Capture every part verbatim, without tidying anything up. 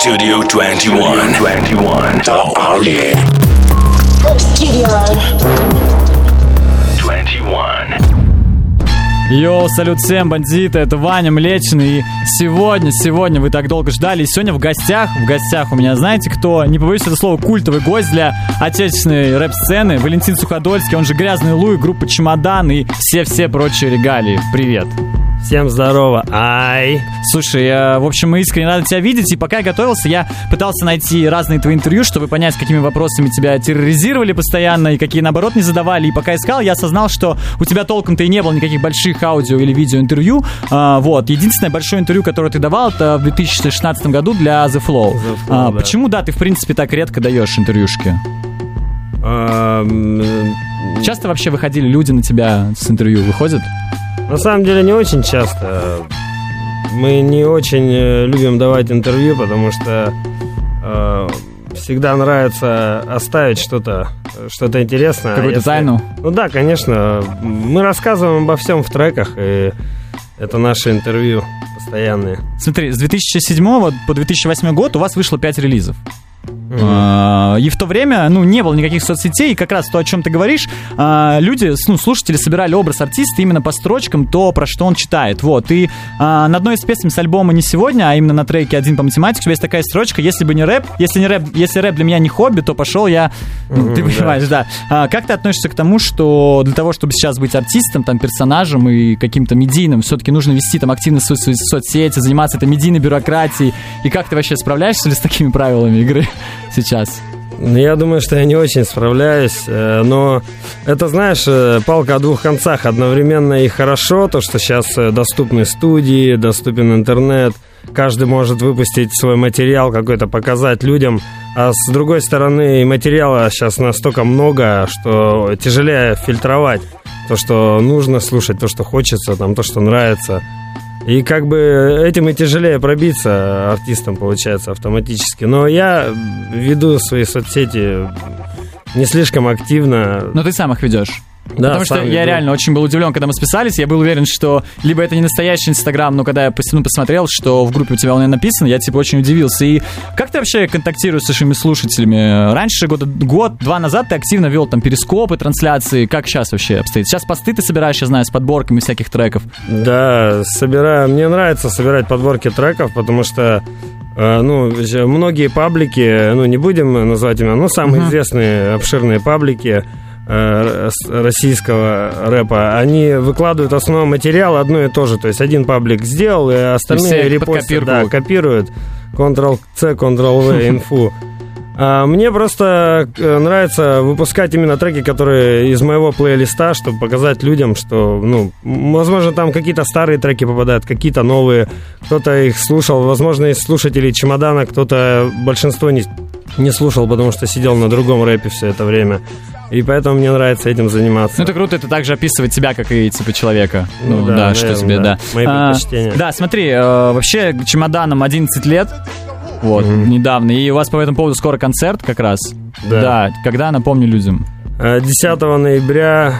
Studio двадцать один. двадцать один. The Army. Studio двадцать один. Йоу, салют всем, бандиты, это Ваня Млечный. И сегодня, сегодня вы так долго ждали. И сегодня в гостях, в гостях у меня, знаете кто? Не побоюсь это слова, культовый гость для отечественной рэп-сцены. Валентин Суходольский, он же Грязный Луи, группа Чемодан и все-все прочие регалии. Привет. Всем здорово, ай! Слушай, я, в общем, мы искренне рады тебя видеть. И пока я готовился, я пытался найти разные твои интервью, чтобы понять, какими вопросами тебя терроризировали постоянно и какие, наоборот, не задавали. И пока искал, я осознал, что у тебя толком-то и не было никаких больших аудио- или видеоинтервью. А, вот. Единственное большое интервью, которое ты давал, это в две тысячи шестнадцатом году для The Flow. The Flow, а, да. Почему, да, ты, в принципе, так редко даешь интервьюшки? Часто вообще выходили люди на тебя с интервью? Выходят? На самом деле не очень часто. Мы не очень э, любим давать интервью, потому что э, всегда нравится оставить что-то, что-то интересное. Какую-то Если... тайну? Ну да, конечно. Мы рассказываем обо всем в треках, и это наши интервью постоянные. Смотри, с две тысячи седьмого по две тысячи восьмой год у вас вышло пять релизов. Mm-hmm. А, и в то время, ну, не было никаких соцсетей, и как раз то, о чем ты говоришь, а, люди, ну, слушатели собирали образ артиста именно по строчкам, то, про что он читает, вот, и а, на одной из песен с альбома «Не сегодня», а именно на треке «Один по математике» у тебя есть такая строчка: «Если бы не рэп, если не рэп, если рэп для меня не хобби, то пошел я», ну, Mm-hmm, ты понимаешь, да. да. А, как ты относишься к тому, что для того, чтобы сейчас быть артистом, там, персонажем и каким-то медийным, все-таки нужно вести там активно свои соцсети, заниматься этой медийной бюрократией, и как ты вообще справляешься ли с такими правилами игры сейчас? Я думаю, что я не очень справляюсь, но это, знаешь, палка о двух концах. Одновременно и хорошо, то, что сейчас доступны студии, доступен интернет, каждый может выпустить свой материал какой-то, показать людям, а с другой стороны, материала сейчас настолько много, что тяжелее фильтровать то, что нужно слушать, то, что хочется, там, то, что нравится. И как бы этим и тяжелее пробиться артистам, получается, автоматически. Но я веду свои соцсети не слишком активно. Но ты сам их ведешь. Да, потому что веду. я реально очень был удивлен, когда мы списались. Я был уверен, что либо это не настоящий Инстаграм, но когда я ну, посмотрел, что в группе у тебя он написано, я типа очень удивился. И как ты вообще контактируешь с своими слушателями? Раньше, год, год-два назад, ты активно вел там перископы, трансляции. Как сейчас вообще обстоит? Сейчас посты ты собираешь, я знаю, с подборками всяких треков. Да, собираю. Мне нравится собирать подборки треков, потому что ну, многие паблики, ну, не будем называть имена, но самые uh-huh. известные обширные паблики российского рэпа, они выкладывают основной материал одно и то же. То есть один паблик сделал, и остальные репосты да, копируют. контрол-C, контрол-V, инфу. А мне просто нравится выпускать именно треки, которые из моего плейлиста, чтобы показать людям, что, ну, возможно, там какие-то старые треки попадают, какие-то новые. Кто-то их слушал, возможно, из слушателей Чемодана кто-то, большинство не, не слушал, потому что сидел на другом рэпе все это время. И поэтому мне нравится этим заниматься. Ну, это круто, это также описывает тебя, как и типа человека. Ну, ну да, да наверное, что тебе, да. да. Мои предпочтения. А, да, смотри, э, вообще Чемоданом одиннадцать лет, вот, mm-hmm. недавно, и у вас по этому поводу скоро концерт как раз. Да. Да, когда, напомню людям? десятого ноября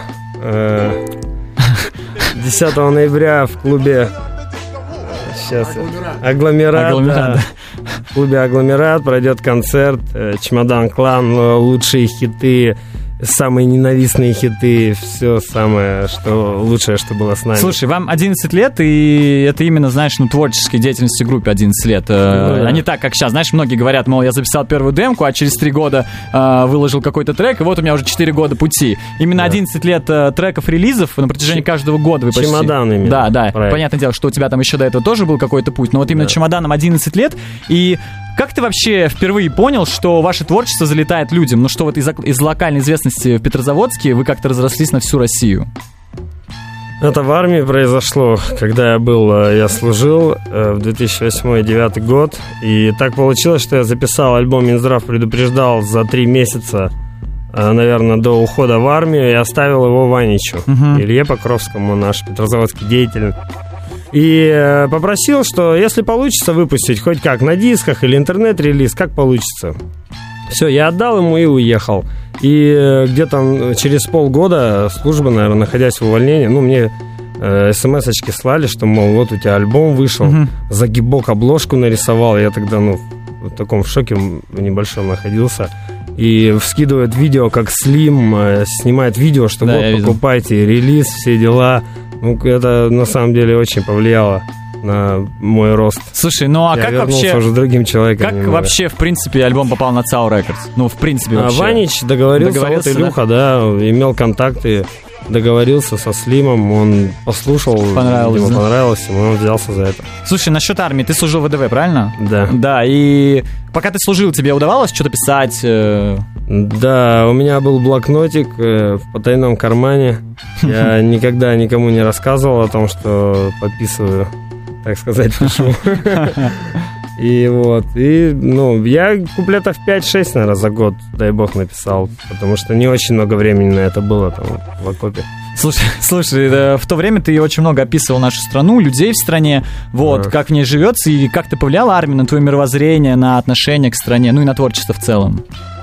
десятого ноября в клубе Сейчас Агломерат, Агломерат да. Да. В клубе Агломерат пройдет концерт Чемодан Клан, лучшие хиты, самые ненавистные хиты, все самое, что лучшее, что было с нами. Слушай, вам одиннадцать лет, и это именно, знаешь, ну, творческой деятельности группе одиннадцать лет. Ну, да. А не так, как сейчас. Знаешь, многие говорят, мол, я записал первую демку, а через три года э, выложил какой-то трек, и вот у меня уже четыре года пути. Именно да. одиннадцать лет э, треков, релизов на протяжении каждого года вы почти... Чемодан именно. Да, да. Правильно. Понятное дело, что у тебя там еще до этого тоже был какой-то путь, но вот именно да. Чемоданом одиннадцать лет, и... Как ты вообще впервые понял, что ваше творчество залетает людям? Ну что вот из, из локальной известности в Петрозаводске вы как-то разрослись на всю Россию? Это в армии произошло, когда я был, я служил в две тысячи восьмой — две тысячи девятый год. И так получилось, что я записал альбом «Минздрав предупреждал» за три месяца, наверное, до ухода в армию, и оставил его Ваничу, uh-huh. Илье Покровскому, наш петрозаводский деятель. И попросил, что если получится выпустить хоть как на дисках или интернет-релиз, как получится. Все, я отдал ему и уехал. И где-то через полгода службы, наверное, находясь в увольнении, ну, мне э, смс-очки слали, что, мол, вот у тебя альбом вышел, uh-huh. Загибок обложку нарисовал. Я тогда, ну, в таком шоке небольшом находился. И скидывает видео, как Слим э, снимает видео, что Да, вот, покупайте релиз, все дела. Ну, это на самом деле очень повлияло на мой рост. Слушай, ну а Я как вернулся вообще... уже другим человеком. Как немного. вообще, в принципе, альбом попал на Цау Рекордс? Ну, в принципе, А, вообще. Ванич договорился, Договорился, вот Илюха, да? имел контакты, договорился со Слимом, он послушал, Понравилось, видимо, да? понравилось ему, он взялся за это. Слушай, насчет армии, ты служил в ВДВ, правильно? Да. Да, и пока ты служил, тебе удавалось что-то писать? э, Да, у меня был блокнотик э, в потайном кармане. Я никогда никому не рассказывал о том, что подписываю, так сказать, пишу. И вот, и, ну, я куплетов пять-шесть, наверное, за год, дай бог, написал, потому что не очень много времени на это было там в окопе. Слушай, слушай, э, в то время ты очень много описывал нашу страну, людей в стране, вот, Да. как в ней живется, и как ты повлияла армия на твое мировоззрение, на отношение к стране, ну и на творчество в целом?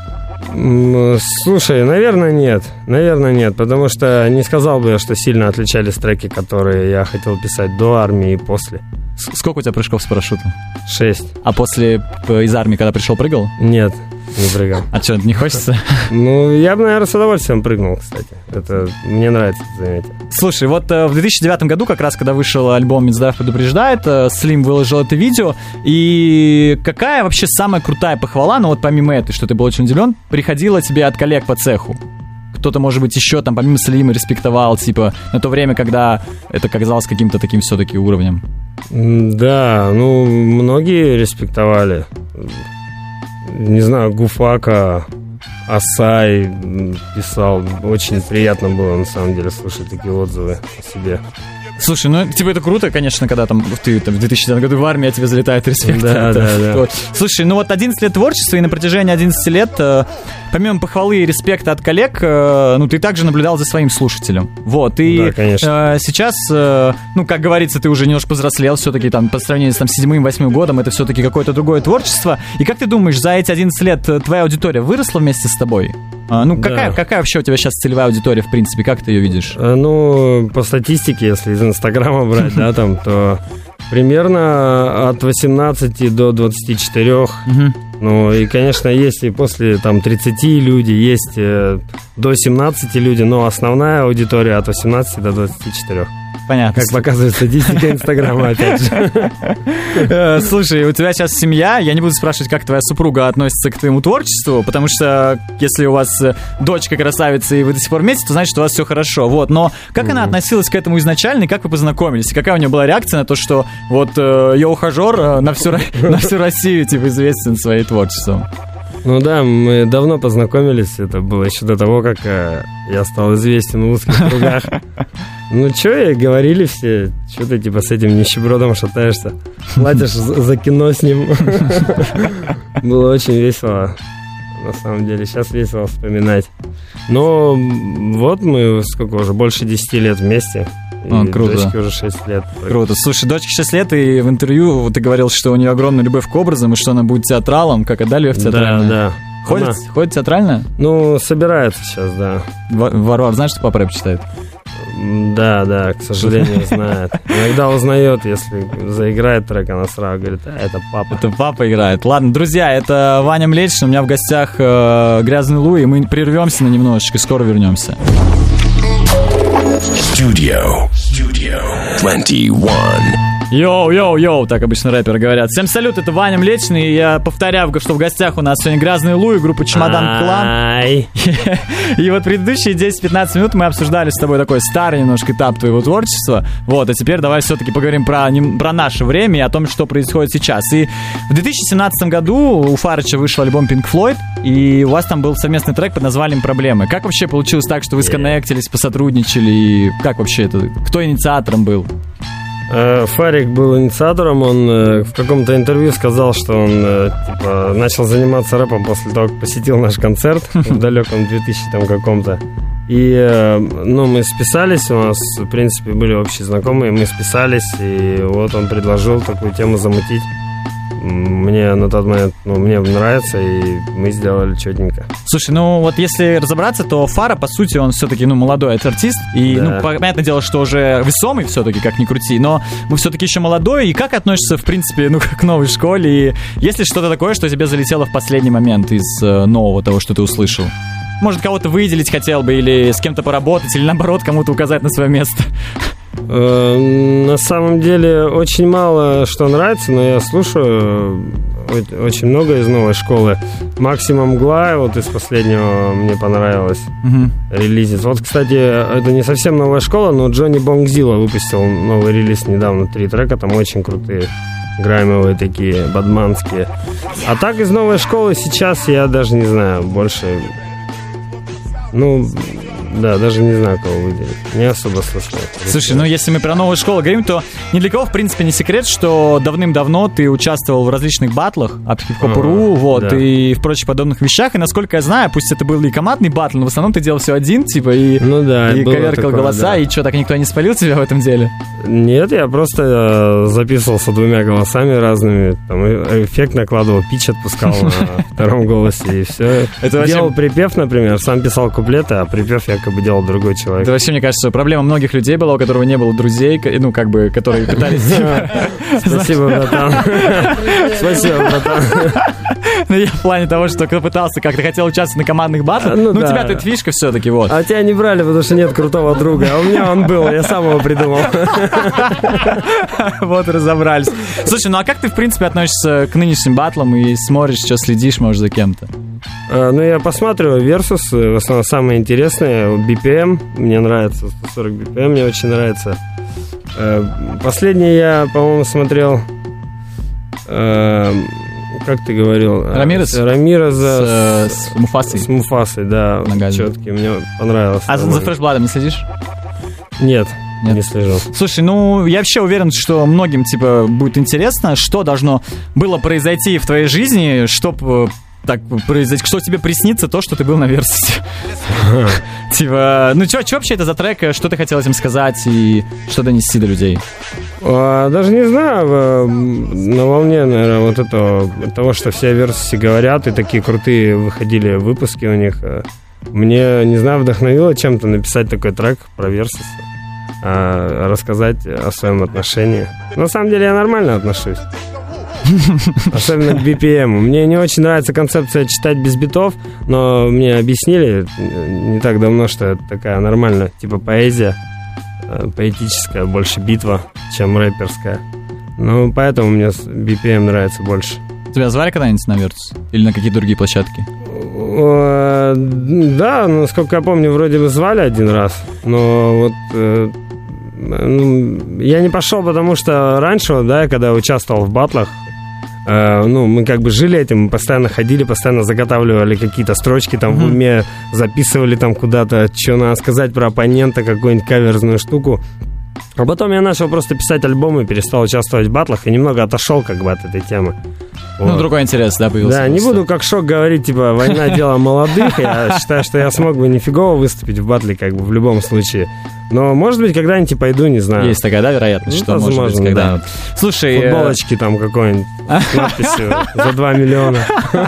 М, Слушай, наверное, нет. Наверное, нет, потому что не сказал бы я, что сильно отличались треки, которые я хотел писать до армии и после. С- Сколько у тебя прыжков с парашютом? Шесть. А после э, из армии, когда пришел, прыгал? Нет, не прыгал. А что, не хочется? Ну, я бы, наверное, с удовольствием прыгнул, кстати. Это мне нравится это занятие. Слушай, вот э, в две тысячи девятом году, как раз когда вышел альбом «Минздрав предупреждает», э, Слим выложил это видео, и какая вообще самая крутая похвала, ну вот помимо этой, что ты был очень удивлен, приходила тебе от коллег по цеху? Кто-то, может быть, еще там помимо Слима респектовал, типа, на то время, когда это казалось каким-то таким все-таки уровнем? М, Да, ну, многие респектовали. Не знаю, Гуфака, Асай м, писал. Очень приятно было, на самом деле, слушать такие отзывы о себе. Слушай, ну, типа, это круто, конечно, когда там ты там, в две тысячи девятом году в армии, а тебе залетает респект. Да, Это- да, да. вот. Слушай, ну вот одиннадцать лет творчества, и на протяжении одиннадцати лет, э, помимо похвалы и респекта от коллег, э, ну, ты также наблюдал за своим слушателем. Вот, и Да, конечно. э, сейчас, э, ну, как говорится, ты уже немножко повзрослел, все-таки там, по сравнению с там седьмым-восьмым годом, это все-таки какое-то другое творчество. И как ты думаешь, за эти одиннадцать лет э, твоя аудитория выросла вместе с тобой? А, ну, Да. какая, какая вообще у тебя сейчас целевая аудитория, в принципе, как ты ее видишь? Э, Ну, по статистике, если из Инстаграма брать, да, там, то примерно от восемнадцати до двадцати четырёх. Мгм. Ну, и, конечно, есть и после там тридцати люди, есть э, до семнадцати люди, но основная аудитория от восемнадцати до двадцати четырёх. Понятно. Как показывает статистика Инстаграма, опять же. Э, Слушай, у тебя сейчас семья, я не буду спрашивать, как твоя супруга относится к твоему творчеству, потому что если у вас э, дочка красавица и вы до сих пор вместе, то значит, что у вас все хорошо, вот, но как она относилась к этому изначально и как вы познакомились, и какая у нее была реакция на то, что вот э, я ухажер э, на всю, Ро- на всю Россию, типа, известен своим творчеством? Ну да, мы давно познакомились, это было еще до того, как э, я стал известен в узких кругах. Ну что, и говорили все, что ты типа с этим нищебродом шатаешься, платишь за за кино с ним. Было очень весело, на самом деле, сейчас весело вспоминать. Но вот мы сколько уже, больше десяти лет вместе. А, И круто. дочке уже шесть лет. Круто. Слушай, дочке шесть лет, и в интервью ты говорил, что у нее огромная любовь к образам, и что она будет театралом, как отдали ее в Да, театральное. да. Ходит, Она- ходит театрально? Ну, собирается сейчас, да. Ва- Варвар, знаешь, что папа рэп читает? М, Да, да, к сожалению, знает. Иногда узнает, если заиграет трек, она сразу говорит, а, это папа. Это папа играет. Ладно, друзья, это Ваня Млечный, у меня в гостях э, Грязный Луи, и мы прервемся на немножечко, скоро вернемся. Studio. Studio. двадцать один. Йоу-йоу-йоу, так обычно рэперы говорят. Всем салют, это Ваня Млечный, и я повторяю, что в гостях у нас сегодня Грязный Луи, группа Чемодан Клан. Ай. И вот предыдущие десять-пятнадцать минут мы обсуждали с тобой такой старый немножко этап твоего творчества. Вот, а теперь давай все-таки поговорим про, нем- про наше время и о том, что происходит сейчас. И в две тысячи семнадцатом году у Фарыча вышел альбом Pink Floyd, и у вас там был совместный трек под названием «Проблемы». Как вообще получилось так, что вы сконнектились, посотрудничали, и как вообще это? Кто инициатором был? Э, Фарик был инициатором, он э, в каком-то интервью сказал, что он э, типа, начал заниматься рэпом после того, как посетил наш концерт в далеком две тысячи там каком-то. И, э, ну, мы списались, у нас, в принципе, были общие знакомые, мы списались, и вот он предложил такую тему замутить. мне на тот момент, ну, мне нравится, и мы сделали четенько. Слушай, ну вот если разобраться, то Фара, по сути, он все-таки, ну, молодой артист, и, Да. ну, понятное дело, что уже весомый все-таки, как ни крути, но вы все-таки еще молодой, и как относишься, в принципе, ну, к новой школе, и есть ли что-то такое, что тебе залетело в последний момент из э, нового того, что ты услышал? Может, кого-то выделить хотел бы, или с кем-то поработать, или, наоборот, кому-то указать на свое место? Э, На самом деле очень мало что нравится, но я слушаю о- очень много из новой школы. Максимум Мгла, вот из последнего мне понравилось, Мгм. релизец. Вот, кстати, это не совсем новая школа, но Джонни Бонгзилла выпустил новый релиз недавно, три трека, там очень крутые, граймовые такие, бадманские. А так из новой школы сейчас я даже не знаю, больше... Ну, да, даже не знаю, кого выделить. Не особо слышно. Слушай, ну если мы про новую школу говорим, то ни для кого, в принципе, не секрет, что давным-давно ты участвовал в различных батлах от хип-хоп.ру, Ага, вот, да. и в прочих подобных вещах. И насколько я знаю, пусть это был и командный батл, но в основном ты делал все один, типа, и, Ну да, и было коверкал такое, голоса, да. и что, так никто не спалил тебя в этом деле? Нет, я просто э, записывался двумя голосами разными, там э- эффект накладывал, пич отпускал на втором голосе, и все. Это вообще- Делал припев, например, сам писал куплеты, а припев якобы делал другой человек. Это вообще, мне кажется, проблема многих людей была, у которого не было друзей, ка- ну, как бы, которые пытались... типа, Спасибо, братан. Спасибо, братан. Ну, я в плане того, что кто пытался, как-то хотел участвовать на командных батлах, А, ну ну, у да. тебя-то это фишка все-таки, вот. А тебя не брали, потому что нет крутого друга, а у меня он был, я сам его придумал. Вот и разобрались. Слушай, ну а как ты, в принципе, относишься к нынешним батлам и смотришь, что следишь, может, за кем-то? А, Ну, я посматриваю Versus, э, в основном самые интересные, би пи эм, мне нравится, сто сорок би пи эм мне очень нравится. Э, Последний я, по-моему, смотрел, э, как ты говорил? э, Рамирес? с- Рамиреза С, э, с Муфасой. с Муфасой, да, Нагами. четкий, мне понравилось. А за, за нормально. фрешбладом не следишь? Нет, Нет? не слежу. Слушай, ну, я вообще уверен, что многим, типа, будет интересно, что должно было произойти в твоей жизни, чтобы так произойти, что тебе приснится то, что ты был на Версусе. Типа, ну, что вообще это за трек, что ты хотел этим сказать и что донести до людей? А, Даже не знаю, э, на волне, наверное, вот этого, того, что все о Версусе говорят, и такие крутые выходили выпуски у них. э, Мне, не знаю, вдохновило чем-то написать такой трек про Версус, а, рассказать о своем отношении. На самом деле я нормально отношусь. Особенно к би пи эм. Мне не очень нравится концепция читать без битов, но мне объяснили э, не так давно, что это такая нормальная, типа поэзия, э, поэтическая, больше битва, чем рэперская. Ну, поэтому мне с- би пи эм нравится больше. Тебя звали когда-нибудь на Версус? Или на какие-то другие площадки? Э, Да, насколько я помню, вроде бы звали один раз, но вот э, ну, я не пошел, потому что раньше, вот, да, когда участвовал в батлах, э, ну, мы как бы жили этим, мы постоянно ходили, постоянно заготавливали какие-то строчки там в уме, записывали там куда-то, что надо сказать про оппонента, какую-нибудь каверзную штуку. А потом я начал просто писать альбомы, перестал участвовать в батлах и немного отошел как бы от этой темы. Ну, Вот. другой интерес, да, появился. Да, не просто. буду как Шок говорить, типа, война — дело молодых. Я считаю, что я смог бы нифигово выступить в батле, как бы, в любом случае. Но, может быть, когда-нибудь и пойду, не знаю. Есть такая, да, вероятность, Ну, что может быть возможно, когда. да. Слушай, э, Футболочки там какой-нибудь с надписью за два миллиона.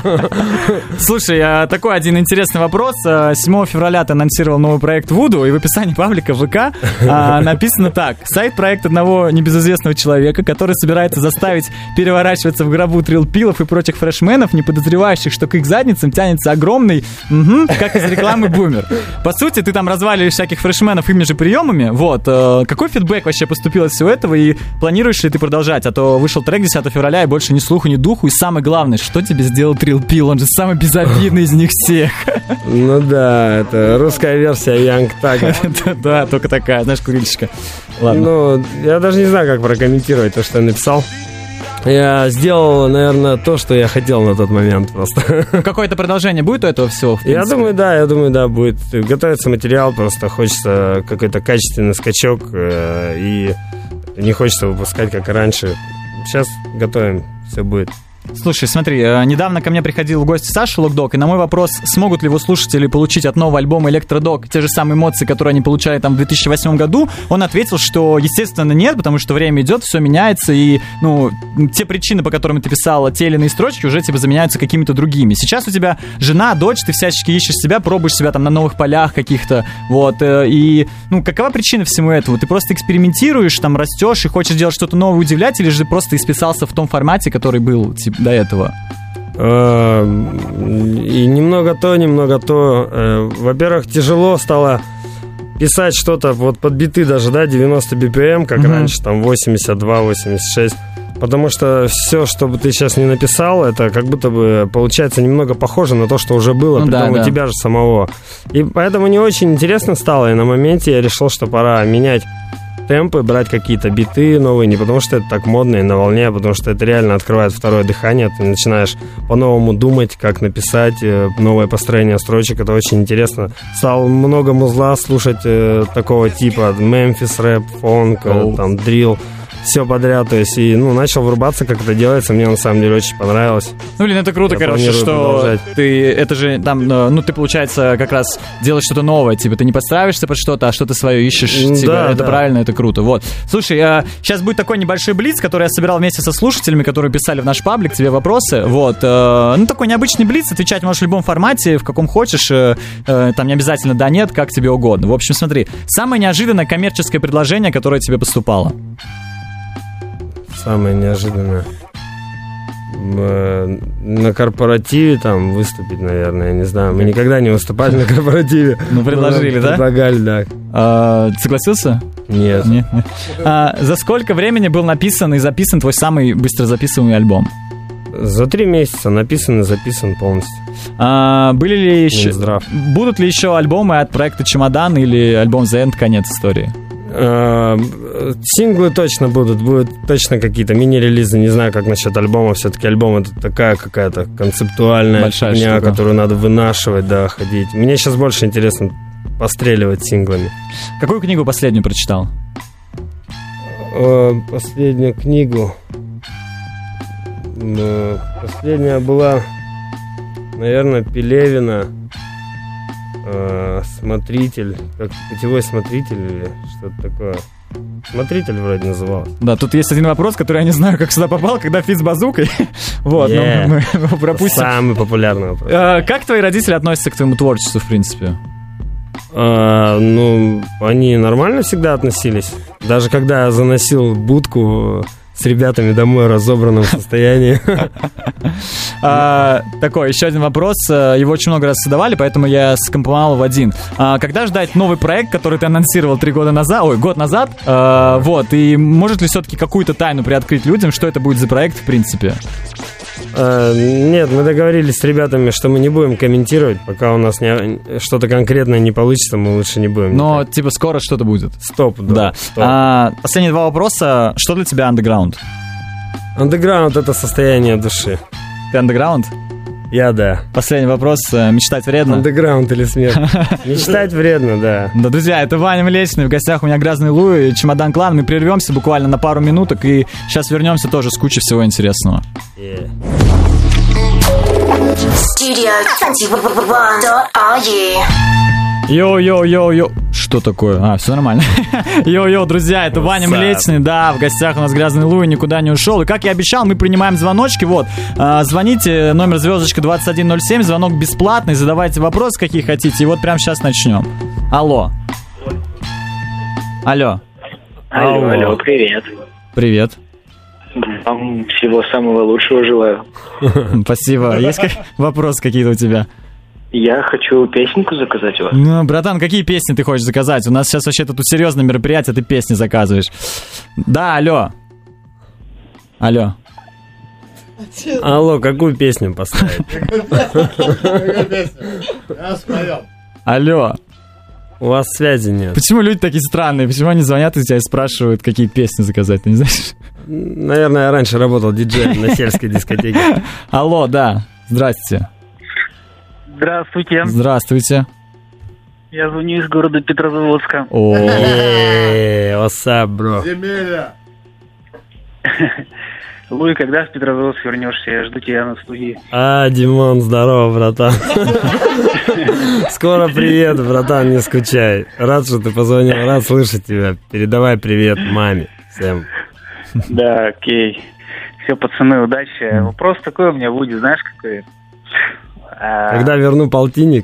слушай, а, такой один интересный вопрос. А, седьмого февраля ты анонсировал новый проект Вуду, и в описании паблика в ВК а, написано так. Сайт проект одного небезызвестного человека, который собирается заставить переворачиваться в гробу трилпилов и прочих фрешменов, не подозревающих, что к их задницам тянется огромный, мгм, как из рекламы, бумер. По сути, ты там разваливаешь всяких фрешменов ими же приемами. Вот. э, Какой фидбэк вообще поступил от всего этого, и планируешь ли ты продолжать? А то вышел трек десятого февраля, и больше ни слуху, ни духу. И самое главное, что тебе сделал Trill Pill? Он же самый безобидный из них всех. Ну да, это русская версия Young Thug. Да, только такая, знаешь, курильщика. Ладно. Ну, я даже не знаю, как прокомментировать то, что я написал. Я сделал, наверное, то, что я хотел на тот момент просто. Какое-то продолжение будет у этого всего? в Я принципе? думаю, да, я думаю, да, будет. Готовится материал, просто хочется какой-то качественный скачок, э, и не хочется выпускать, как и раньше. Сейчас готовим, все будет. Слушай, смотри, недавно ко мне приходил в гости Саша Локдог, и на мой вопрос, смогут ли его слушатели получить от нового альбома Электродок те же самые эмоции, которые они получали там в две тысячи восьмом году, он ответил, что, естественно, нет, потому что время идет, все меняется, и, ну, те причины, по которым ты писала те или иные строчки, уже типа заменяются какими-то другими. Сейчас у тебя жена, дочь, ты всячески ищешь себя, пробуешь себя там на новых полях каких-то, вот, и, ну, какова причина всему этому? Ты просто экспериментируешь, там, растешь и хочешь делать что-то новое, удивлять, или же просто исписался в том формате, который был, типа, до этого? И немного то, немного то. Во-первых, тяжело стало писать что-то вот под биты даже, да, девяносто би пи эм, как mm-hmm. раньше, там восемьдесят два восемьдесят шесть. Потому что все, что бы ты сейчас не написал, это как будто бы получается немного похоже на то, что уже было, ну, притом да, у да. тебя же самого. И поэтому не очень интересно стало, и на моменте я решил, что пора менять темпы, брать какие-то биты новые, не потому что это так модно и на волне, а потому что это реально открывает второе дыхание, ты начинаешь по-новому думать, как написать, новое построение строчек, это очень интересно. Стал много музла слушать э, такого типа, Мемфис рэп, фонк, oh. там, дрилл, все подряд, то есть, и, ну, начал врубаться, как это делается, мне на самом деле очень понравилось. Ну, блин, это круто, я короче, что продолжать. Ты, это же там, ну, ты, получается, как раз делаешь что-то новое, типа, ты не подстраиваешься под что-то, а что-то свое ищешь, типа, да, это да. правильно, это круто, вот. Слушай, а, сейчас будет такой небольшой блиц, который я собирал вместе со слушателями, которые писали в наш паблик, тебе вопросы, вот, а, ну, такой необычный блиц, отвечать можешь в любом формате, в каком хочешь, а, а, там не обязательно да, нет, как тебе угодно. В общем, смотри, самое неожиданное коммерческое предложение, которое тебе поступало. Самое неожиданное. На корпоративе там выступить, наверное, я не знаю. Мы никогда не выступали на корпоративе. Ну, предложили, да? Предлагали, да. А, согласился? Нет. Нет, нет. А, за сколько времени был написан и записан твой самый быстро записываемый альбом? За три месяца написан и записан полностью. А, были ли еще... Минздрав. Будут ли еще альбомы от проекта «Чемодан» или альбом «The End» конец истории? Синглы точно будут, будут точно какие-то мини-релизы, не знаю, как насчет альбома, все-таки альбом это такая какая-то концептуальная большая фигня, штука, которую надо вынашивать, да, ходить. Мне сейчас больше интересно постреливать синглами. Какую книгу последнюю прочитал? Последнюю книгу последняя была, наверное, Пелевина, «Смотритель», как «Путевой смотритель» или что-то такое. «Смотритель» вроде назывался. Да, тут есть один вопрос, который я не знаю, как сюда попал, когда Фит с базукой. Вот, yeah. но мы его пропустим. Самый популярный вопрос. А, как твои родители относятся к твоему творчеству, в принципе? А, ну, они нормально всегда относились. Даже когда я заносил будку с ребятами домой в разобранном состоянии. А, такой, еще один вопрос. Его очень много раз задавали, поэтому я скомпоновал в один. А, когда ждать новый проект, который ты анонсировал три года назад, ой, год назад? А, вот, и может ли все-таки какую-то тайну приоткрыть людям, что это будет за проект, в принципе? А, нет, мы договорились с ребятами, что мы не будем комментировать, пока у нас не, что-то конкретное не получится, мы лучше не будем. Но, никак. типа, скоро что-то будет. Стоп, да. да. Стоп. А, последние два вопроса. Что для тебя андеграунд? Андеграунд — это состояние души. Ты андеграунд? Я, да. Последний вопрос. Мечтать вредно? Андеграунд или смерть? Мечтать вредно, да. Да, друзья, это Ваня Млечный. В гостях у меня Грязный Луи, Чемодан Клан. Мы прервемся буквально на пару минуток и сейчас вернемся тоже с кучей всего интересного. Yeah. Studio двадцать один. Йоу-йоу-йоу-йоу. Что такое? А, все нормально. Йоу-йоу, друзья, это What's Ваня Млечный, да, в гостях у нас Грязный Луи, никуда не ушел. И как я обещал, мы принимаем звоночки, вот. А, звоните, номер звездочка двадцать один ноль семь, звонок бесплатный, задавайте вопросы, какие хотите, и вот прямо сейчас начнем. Алло. Алло. Алло, алло, алло, привет. Привет. Вам всего самого лучшего желаю. Спасибо. Есть как... вопросы какие-то у тебя? Я хочу песенку заказать у вас. Ну, братан, какие песни ты хочешь заказать? У нас сейчас вообще-то тут серьезное мероприятие, ты песни заказываешь. Да, алло. Алло. Алло, какую песню поставить? Алло. У вас связи нет. Почему люди такие странные? Почему они звонят и тебя спрашивают, какие песни заказать? Ты не знаешь? Наверное, я раньше работал диджеем на сельской дискотеке. Алло, да. Здравствуйте. Здравствуйте. Здравствуйте. Я звоню из города Петрозаводска. Эээ, what's up, bro? Земеля. Луи, когда в Петрозаводск вернешься? Я жду тебя на студии. А, Димон, здорово, братан. Скоро привет, братан, не скучай. Рад, что ты позвонил, рад слышать тебя. Передавай привет маме всем. Да, окей. Все, пацаны, удачи. Вопрос такой у меня будет, знаешь, какой? А, Когда верну полтинник.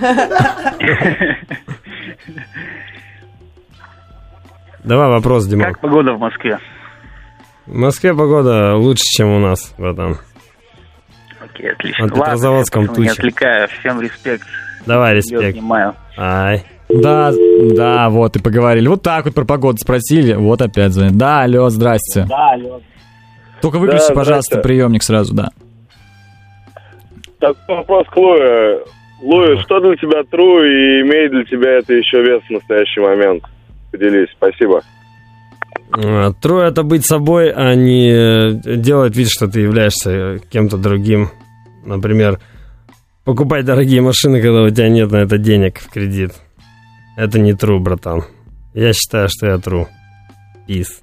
Давай вопрос, Димон. Как погода в Москве? В Москве погода лучше, чем у нас, братан. Окей, отлично. Над Петрозаводском Ладно, не тучи. отвлекаю. Всем респект. Давай, Я респект. понимаю. Ай. Да, да, вот и поговорили. Вот так вот про погоду спросили, вот опять звонит. Да, алло, здрасте. Да, алло. Только выключи, Да, пожалуйста, здрасте. приемник сразу, да. Так, вопрос к Луи. Луи, что для тебя true и имеет для тебя это еще вес в настоящий момент? Поделись, спасибо. True — это быть собой, а не делать вид, что ты являешься кем-то другим. Например, покупать дорогие машины, когда у тебя нет на это денег в кредит. Это не true, братан. Я считаю, что я true. Peace.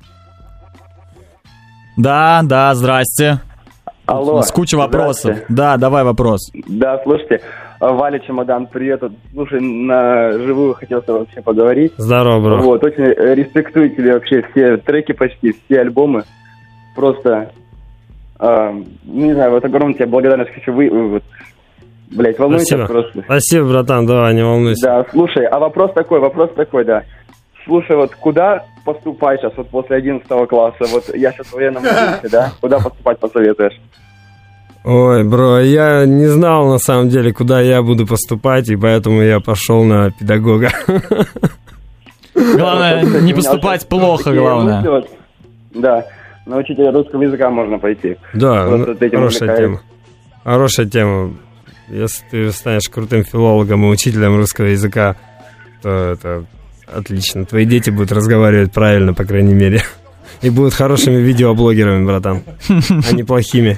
Да, да, здрасте. Алло. С кучей вопросов. Здравствуйте. Да, давай вопрос. Да, слушайте, Валя Чемодан, привет. Вот, слушай, на живую хотел с тобой вообще поговорить. Здорово, бро. Вот, очень респектую тебе вообще все треки почти, все альбомы. Просто, э, не знаю, вот огромная тебе благодарность хочу вы, вот, блять, волнуйтесь Спасибо. просто. Спасибо, братан, давай, не волнуйся. Да, слушай, а вопрос такой, вопрос такой, да. Слушай, вот куда поступать сейчас, вот после одиннадцатого класса? Вот я сейчас в военном училище, да? Куда поступать посоветуешь? Ой, бро, я не знал на самом деле, куда я буду поступать, и поэтому я пошел на педагога. Главное, не поступать плохо, главное. Вот, да, на учителя русского языка можно пойти. Да, Просто ну, вот этим хорошая увлекаюсь. тема. Хорошая тема. Если ты станешь крутым филологом и учителем русского языка, то это отлично. Твои дети будут разговаривать правильно, по крайней мере. И будут хорошими видеоблогерами, братан, а не плохими.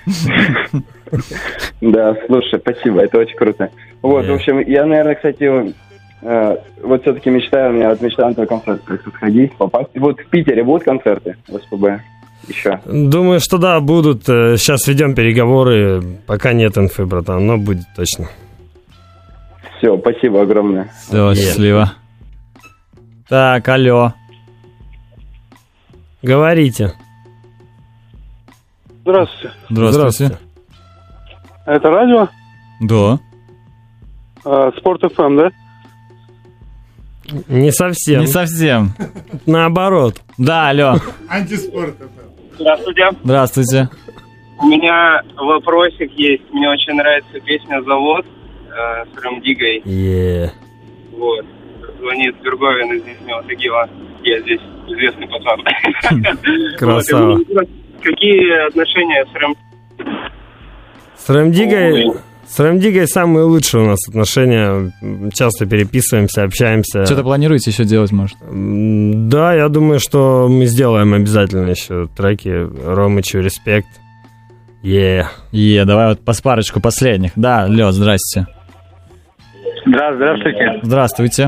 Да, слушай, спасибо, это очень круто. Вот, Yeah. в общем, я, наверное, кстати, э, вот все-таки мечтаю, у меня вот мечта на твой концерт как-то сходить, попасть. И вот в Питере будут концерты в СПБ еще? Думаю, что да, будут. Э, Сейчас ведем переговоры. Пока нет инфы, братан, но будет точно. Все, спасибо огромное. Все, Нет. счастливо. Так, алло. Говорите. Здравствуйте. Здравствуйте. Это радио? Да. Спорт эф эм, да? Не совсем. Не совсем. Наоборот. Да, алло. Здравствуйте. Здравствуйте. У меня вопросик есть. Мне очень нравится песня «Завод» э, с Рем Диггой. Е. Вот. Звонит Берговин из Нижнего Тагила. Я здесь известный пацан. Красава. Вот. Какие отношения с Рем? С Рэмдигой, с Рэмдигой самые лучшие у нас отношения. Часто переписываемся, общаемся. Что-то планируете еще делать, может? М, Да, я думаю, что мы сделаем обязательно еще треки. Ромычу респект. Е. Е, давай вот по парочку последних. Да, алло, здрасте. Да, здравствуйте. Здравствуйте.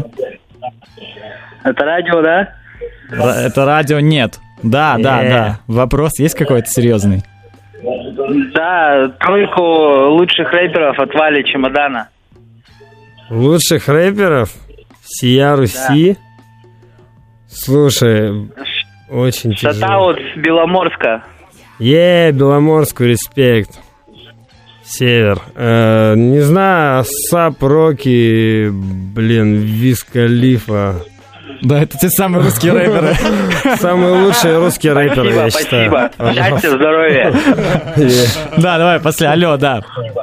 Это радио, да? Ра- Это радио нет. Да, да, Э. да. Вопрос есть какой-то серьезный? Да, тройку лучших рэперов от Вали Чемодана. Лучших рэперов всея Руси. Слушай, очень тяжело. Шатаут с Беломорска. Е, Беломорскую респект. Север. Э, не знаю, Сап, Роки, блин, Виз Калифа. Да, это те самые русские рэперы. Самые лучшие русские рэперы, я считаю. Спасибо. Счастья, здоровья. Е. Да, давай, после. Алло, да.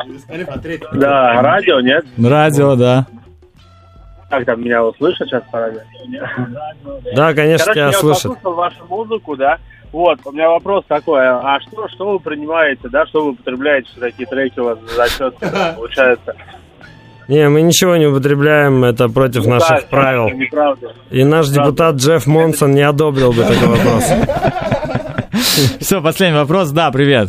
Да, радио, нет? Радио, да. Как там, меня услышат сейчас по радио? Да, конечно, Короче, тебя я слышат. послушал вашу музыку, да. Вот, у меня вопрос такой, а что, что вы принимаете, да, что вы употребляете, что такие треки у вас за счет получается? Не, мы ничего не употребляем, это против Ну наших да, правил. это неправда. И наш депутат Джефф Монсон не одобрил бы такой вопрос. Все, последний вопрос. Да, привет.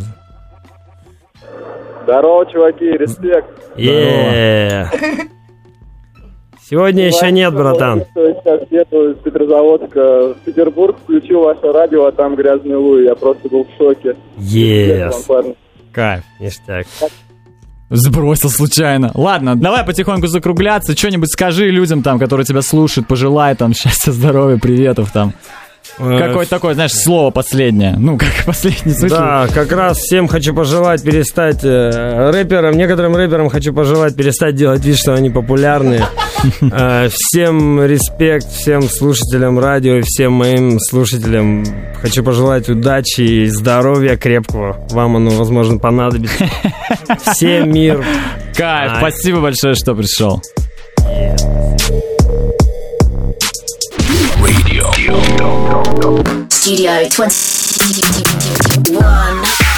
Здорово, чуваки, респект. Е. Сегодня еще нет, братан. Сейчас еду из Петрозаводска в Петербург, включил ваше радио, а там грязный Луи. Я просто был в шоке. Ес. Кайф, ништяк. Сбросил случайно. Ладно, давай потихоньку закругляться. Что-нибудь скажи людям, там, которые тебя слушают, пожелай там счастья, здоровья, приветов там. Какое-то такое, знаешь, слово последнее. Ну, как последний смысл. Да, как раз всем хочу пожелать перестать э, рэперам, некоторым рэперам хочу пожелать перестать делать вид, что они популярны. Э, всем респект, всем слушателям радио, всем моим слушателям хочу пожелать удачи и здоровья крепкого. Вам оно, возможно, понадобится. Всем мир. Кайф, а... спасибо большое, что пришел. Studio twenty-one.